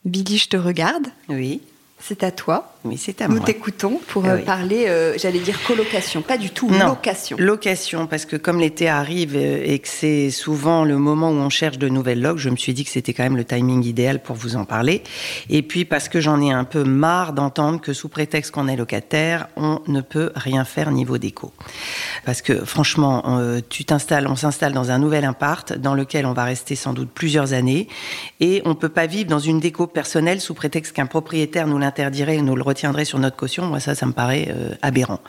Billy, je te regarde. Oui. C'est à toi. Oui, c'est à moi. Nous t'écoutons pour parler, j'allais dire colocation, pas du tout, non, location. Location, parce que comme l'été arrive et que c'est souvent le moment où on cherche de nouvelles locs, je me suis dit que c'était quand même le timing idéal pour vous en parler. Et puis parce que j'en ai un peu marre d'entendre que sous prétexte qu'on est locataire, on ne peut rien faire niveau déco. Parce que franchement, on s'installe dans un nouvel appart dans lequel on va rester sans doute plusieurs années et on peut pas vivre dans une déco personnelle sous prétexte qu'un propriétaire nous l'interdirait et nous le retiendrait sur notre caution. Moi, ça me paraît aberrant.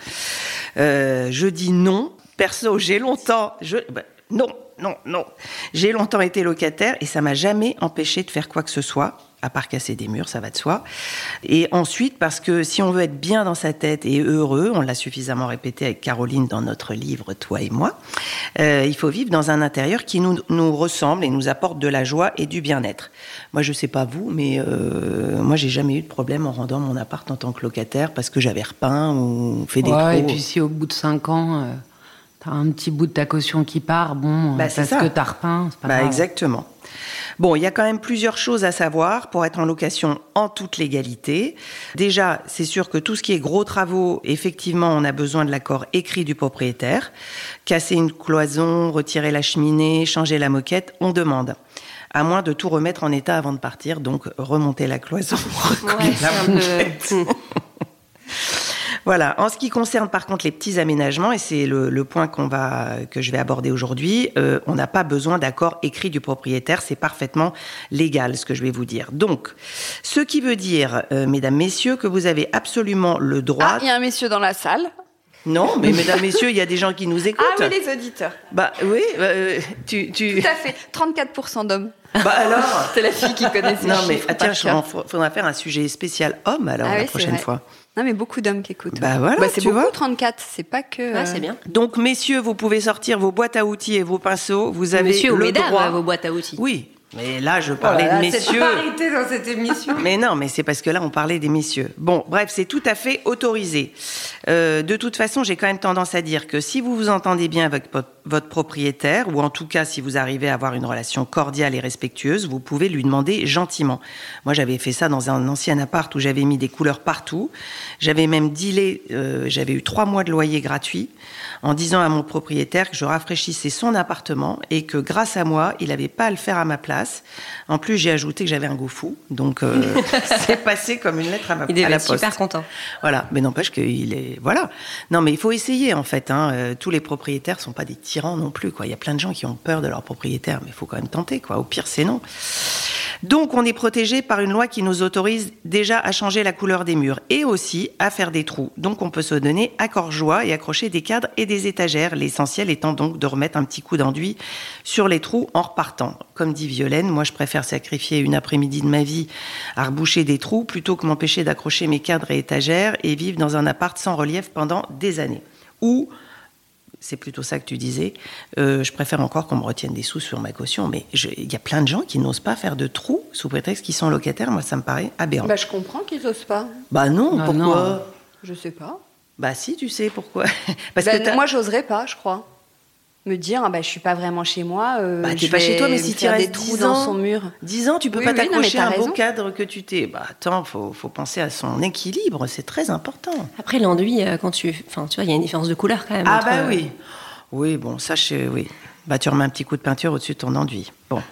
Je dis non. Perso, j'ai longtemps... Non. J'ai longtemps été locataire et ça m'a jamais empêché de faire quoi que ce soit, à part casser des murs, ça va de soi. Et ensuite, parce que si on veut être bien dans sa tête et heureux, on l'a suffisamment répété avec Caroline dans notre livre, Toi et moi, il faut vivre dans un intérieur qui nous ressemble et nous apporte de la joie et du bien-être. Moi, je sais pas vous, mais moi, j'ai jamais eu de problème en rendant mon appart en tant que locataire parce que j'avais repeint ou fait des trous. Et puis si au bout de 5 ans... T'as un petit bout de ta caution qui part, parce que t'as repeint, c'est pas grave. Exactement. Bon, il y a quand même plusieurs choses à savoir pour être en location en toute légalité. Déjà, c'est sûr que tout ce qui est gros travaux, effectivement, on a besoin de l'accord écrit du propriétaire. Casser une cloison, retirer la cheminée, changer la moquette, on demande. À moins de tout remettre en état avant de partir, donc remonter la cloison, recoller la moquette. Voilà. En ce qui concerne par contre les petits aménagements, et c'est le point que je vais aborder aujourd'hui, on n'a pas besoin d'accord écrit du propriétaire, c'est parfaitement légal ce que je vais vous dire. Donc, ce qui veut dire, mesdames, messieurs, que vous avez absolument le droit... Ah, il y a un monsieur dans la salle. Non, mais mesdames, messieurs, il y a des gens qui nous écoutent. Ah oui, les auditeurs. Bah oui, Tout à fait, 34% d'hommes. Bah alors c'est la fille qui connaît ces chiffres. Non mais tiens, faudra faire un sujet spécial homme alors la prochaine fois. Non mais beaucoup d'hommes qui écoutent. Bah voilà, c'est tu beaucoup vois 34, c'est pas que... Ouais, c'est bien. Donc messieurs, vous pouvez sortir vos boîtes à outils et vos pinceaux, vous avez Monsieur le ou mesdames, droit. vos boîtes à outils. Oui. Mais là, je parlais de messieurs. C'est parité dans cette émission. Mais non, mais c'est parce que là, on parlait des messieurs. Bon, bref, c'est tout à fait autorisé. De toute façon, j'ai quand même tendance à dire que si vous vous entendez bien avec votre propriétaire, ou en tout cas, si vous arrivez à avoir une relation cordiale et respectueuse, vous pouvez lui demander gentiment. Moi, j'avais fait ça dans un ancien appart où j'avais mis des couleurs partout. J'avais même dealé, j'avais eu 3 mois de loyer gratuit en disant à mon propriétaire que je rafraîchissais son appartement et que grâce à moi, il n'avait pas à le faire à ma place. En plus, j'ai ajouté que j'avais un goût fou, donc c'est passé comme une lettre à la poste. Il devait être super content. Voilà, mais n'empêche qu'il est... Voilà. Non, mais il faut essayer, en fait. Tous les propriétaires sont pas des tyrans non plus, quoi. Il y a plein de gens qui ont peur de leur propriétaire, mais il faut quand même tenter, quoi. Au pire, c'est non. Donc, on est protégé par une loi qui nous autorise déjà à changer la couleur des murs et aussi à faire des trous. Donc, on peut se donner à cœur joie et accrocher des cadres et des étagères. L'essentiel étant donc de remettre un petit coup d'enduit sur les trous en repartant. Comme dit Violaine, moi, je préfère sacrifier une après-midi de ma vie à reboucher des trous plutôt que m'empêcher d'accrocher mes cadres et étagères et vivre dans un appart sans relief pendant des années. Ou... c'est plutôt ça que tu disais. Je préfère encore qu'on me retienne des sous sur ma caution, mais il y a plein de gens qui n'osent pas faire de trous sous prétexte qu'ils sont locataires. Moi, ça me paraît aberrant. Bah, je comprends qu'ils n'osent pas. Bah non, pourquoi non. Je sais pas. Bah si, tu sais pourquoi. Parce que moi, j'oserais pas, je crois. Me dire, je suis pas vraiment chez moi. T'es pas chez toi, mais si tu restes des trous dans son mur. 10 ans, tu peux pas t'accrocher à un beau cadre que tu t'es. Bah attends, faut penser à son équilibre, c'est très important. Après l'enduit, quand tu vois, il y a une différence de couleur quand même. Ah bah oui. Oui, bon, ça, oui. Bah tu remets un petit coup de peinture au-dessus de ton enduit.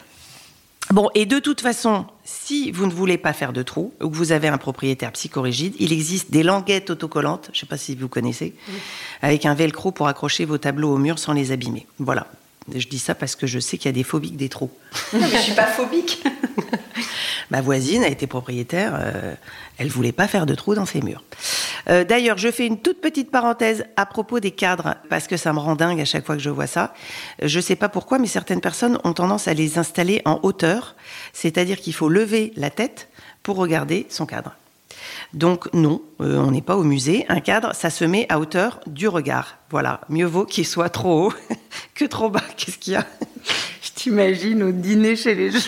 Bon, et de toute façon, si vous ne voulez pas faire de trous, ou que vous avez un propriétaire psychorigide, il existe des languettes autocollantes, je ne sais pas si vous connaissez, avec un velcro pour accrocher vos tableaux au mur sans les abîmer. Voilà. Je dis ça parce que je sais qu'il y a des phobiques des trous. Non, mais je ne suis pas phobique. Ma voisine a été propriétaire, elle ne voulait pas faire de trous dans ses murs. D'ailleurs, je fais une toute petite parenthèse à propos des cadres, parce que ça me rend dingue à chaque fois que je vois ça. Je ne sais pas pourquoi, mais certaines personnes ont tendance à les installer en hauteur, c'est-à-dire qu'il faut lever la tête pour regarder son cadre. Donc non, on n'est pas au musée. Un cadre, ça se met à hauteur du regard. Voilà, mieux vaut qu'il soit trop haut que trop bas. Qu'est-ce qu'il y a ? Je t'imagine au dîner chez les gens.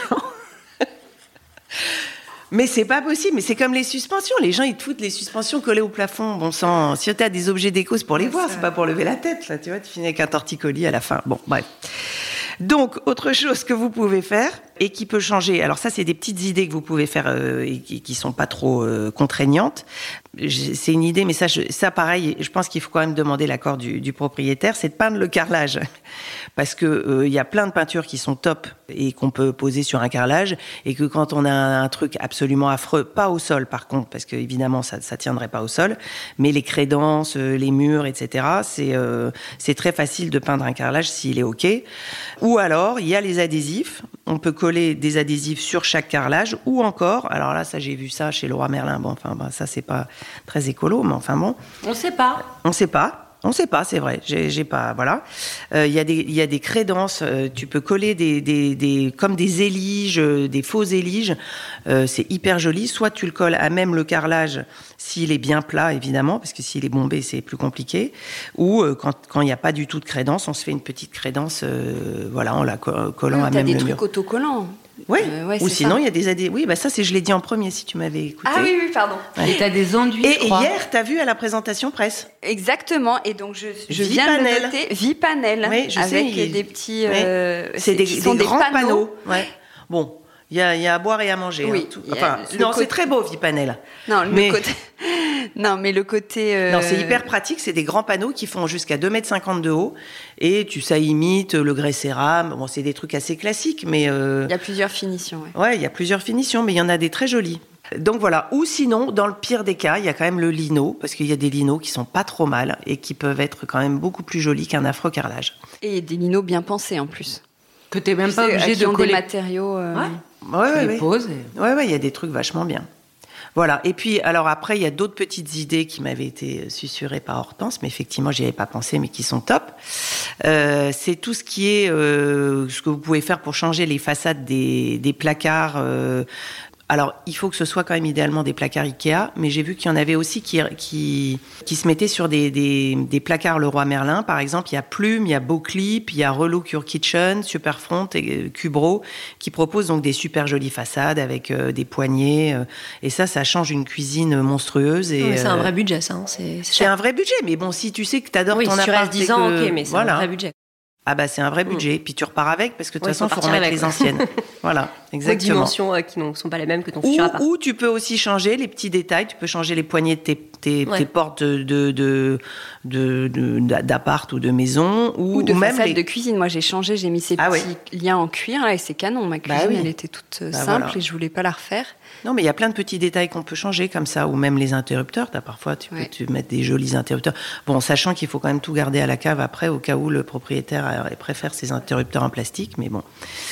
Mais c'est pas possible, mais c'est comme les suspensions. Les gens, ils te foutent les suspensions collées au plafond. Bon sang, si tu as des objets déco, c'est pour les voir, c'est pas pour lever la tête, là, tu vois, tu finis avec un torticolis à la fin. Bon, bref. Donc, autre chose que vous pouvez faire, et qui peut changer. Alors ça, c'est des petites idées que vous pouvez faire et qui sont pas trop contraignantes. C'est une idée, mais ça pareil, je pense qu'il faut quand même demander l'accord du propriétaire, c'est de peindre le carrelage. Parce que il y a plein de peintures qui sont top et qu'on peut poser sur un carrelage, et que quand on a un truc absolument affreux, pas au sol par contre, parce que évidemment ça tiendrait pas au sol, mais les crédences, les murs, etc., c'est très facile de peindre un carrelage s'il est OK. Ou alors, il y a les adhésifs. On peut coller des adhésifs sur chaque carrelage, ou encore, alors là, ça j'ai vu ça chez Leroy Merlin, ça c'est pas très écolo, mais enfin bon. On sait pas, c'est vrai. J'ai pas, voilà. Il y a des crédences. Tu peux coller comme des éliges, des faux éliges. C'est hyper joli. Soit tu le colles à même le carrelage s'il est bien plat, évidemment, parce que s'il est bombé, c'est plus compliqué. Ou quand il n'y a pas du tout de crédence, on se fait une petite crédence, en la collant à même le mur. T'as des trucs autocollants. Oui, ou sinon il y a des adhésifs. Oui, ça je l'ai dit en premier si tu m'avais écouté. Ah oui, pardon. Ouais. Et t'as des enduits. Et hier, t'as vu à la présentation presse. Exactement. Et donc je viens de le noter. Vipanel. Oui, je avec sais. des petits. C'est des grands panneaux. Ouais. Bon. Il y a à boire et à manger. Oui. C'est très beau, Vipanel. Non, mais le côté. Non, c'est hyper pratique. C'est des grands panneaux qui font jusqu'à 2,50 m de haut. Et ça imite le grès cérame. Bon, c'est des trucs assez classiques, mais. Il y a plusieurs finitions. Ouais, il y a plusieurs finitions, mais il y en a des très jolies. Donc voilà. Ou sinon, dans le pire des cas, il y a quand même le lino, parce qu'il y a des linos qui sont pas trop mal et qui peuvent être quand même beaucoup plus jolis qu'un afro-carrelage. Et des linos bien pensés en plus. Que t'es même pas obligé de coller des matériaux. Ouais. Poses. Ouais, il y a des trucs vachement bien. Voilà. Et puis, alors après, il y a d'autres petites idées qui m'avaient été susurrées par Hortense, mais effectivement, j'y avais pas pensé, mais qui sont top. C'est tout ce qui est ce que vous pouvez faire pour changer les façades des placards. Alors, il faut que ce soit quand même idéalement des placards Ikea, mais j'ai vu qu'il y en avait aussi qui se mettaient sur des placards Leroy Merlin. Par exemple, il y a Plume, il y a Beauclip, il y a Relook Your Kitchen, Superfront et Cubro, qui proposent donc des super jolies façades avec des poignées. Et ça change une cuisine monstrueuse. Et, c'est un vrai budget, ça. C'est un vrai budget, mais bon, si tu sais que t'adores ton appart... Oui, si tu restes 10 ans, ok, mais c'est un vrai budget. Ah bah c'est un vrai budget, puis tu repars avec, parce que de toute façon, il faut remettre les anciennes. Voilà, exactement. Des dimensions qui ne sont pas les mêmes que ton futur appart. Ou tu peux aussi changer les petits détails, tu peux changer les poignées de tes portes d'appart ou de maison. Ou de même façade de cuisine. Moi j'ai changé, j'ai mis ces petits liens en cuir, là, et c'est canon. Ma cuisine, elle était toute simple et je voulais pas la refaire. Non, mais il y a plein de petits détails qu'on peut changer comme ça, ou même les interrupteurs. Parfois, tu peux mettre des jolis interrupteurs. Bon, sachant qu'il faut quand même tout garder à la cave après, au cas où le propriétaire préfère ses interrupteurs en plastique, mais bon.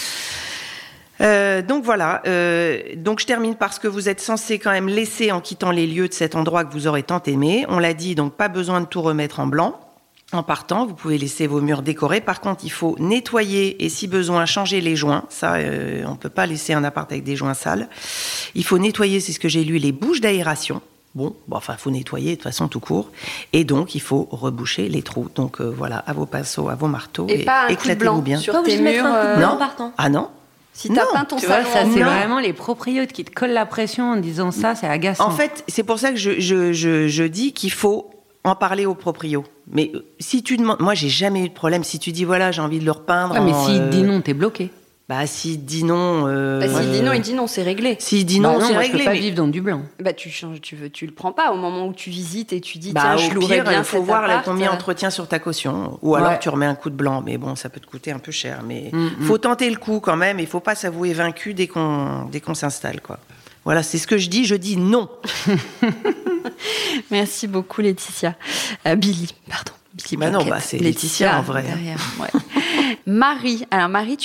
Donc voilà. Donc je termine par ce que vous êtes censé quand même laisser en quittant les lieux de cet endroit que vous aurez tant aimé. On l'a dit, donc pas besoin de tout remettre en blanc. En partant, vous pouvez laisser vos murs décorés. Par contre, il faut nettoyer et, si besoin, changer les joints. Ça, on ne peut pas laisser un appart avec des joints sales. Il faut nettoyer, c'est ce que j'ai lu, les bouches d'aération. Il faut nettoyer de toute façon tout court. Et donc, il faut reboucher les trous. Donc voilà, à vos pinceaux, à vos marteaux. Et pas un coup de blanc bien. Sur tes murs. En partant. Ah non. Si t'as peint ton salon, ça c'est vraiment les propriétaires qui te collent la pression en disant ça, c'est agaçant. En fait, c'est pour ça que je dis qu'il faut en parler aux proprios. Mais si tu demandes... Moi, j'ai jamais eu de problème. Si tu dis, voilà, j'ai envie de le repeindre... mais s'il dit non, t'es bloqué. S'il dit non... s'il dit non, il dit non, c'est réglé. S'il dit non, c'est réglé. Je peux pas vivre dans du blanc. Tu changes, tu le prends pas au moment où tu visites et tu dis, je louerais bien. Il faut voir combien entretien sur ta caution. Ou alors tu remets un coup de blanc. Mais bon, ça peut te coûter un peu cher. Mais faut tenter le coup quand même. Il faut pas s'avouer vaincu dès qu'on s'installe, quoi. Voilà, c'est ce que je dis non. Merci beaucoup, Laetitia. Billy, pardon. C'est Laetitia en vrai. Derrière, Marie. Alors, Marie,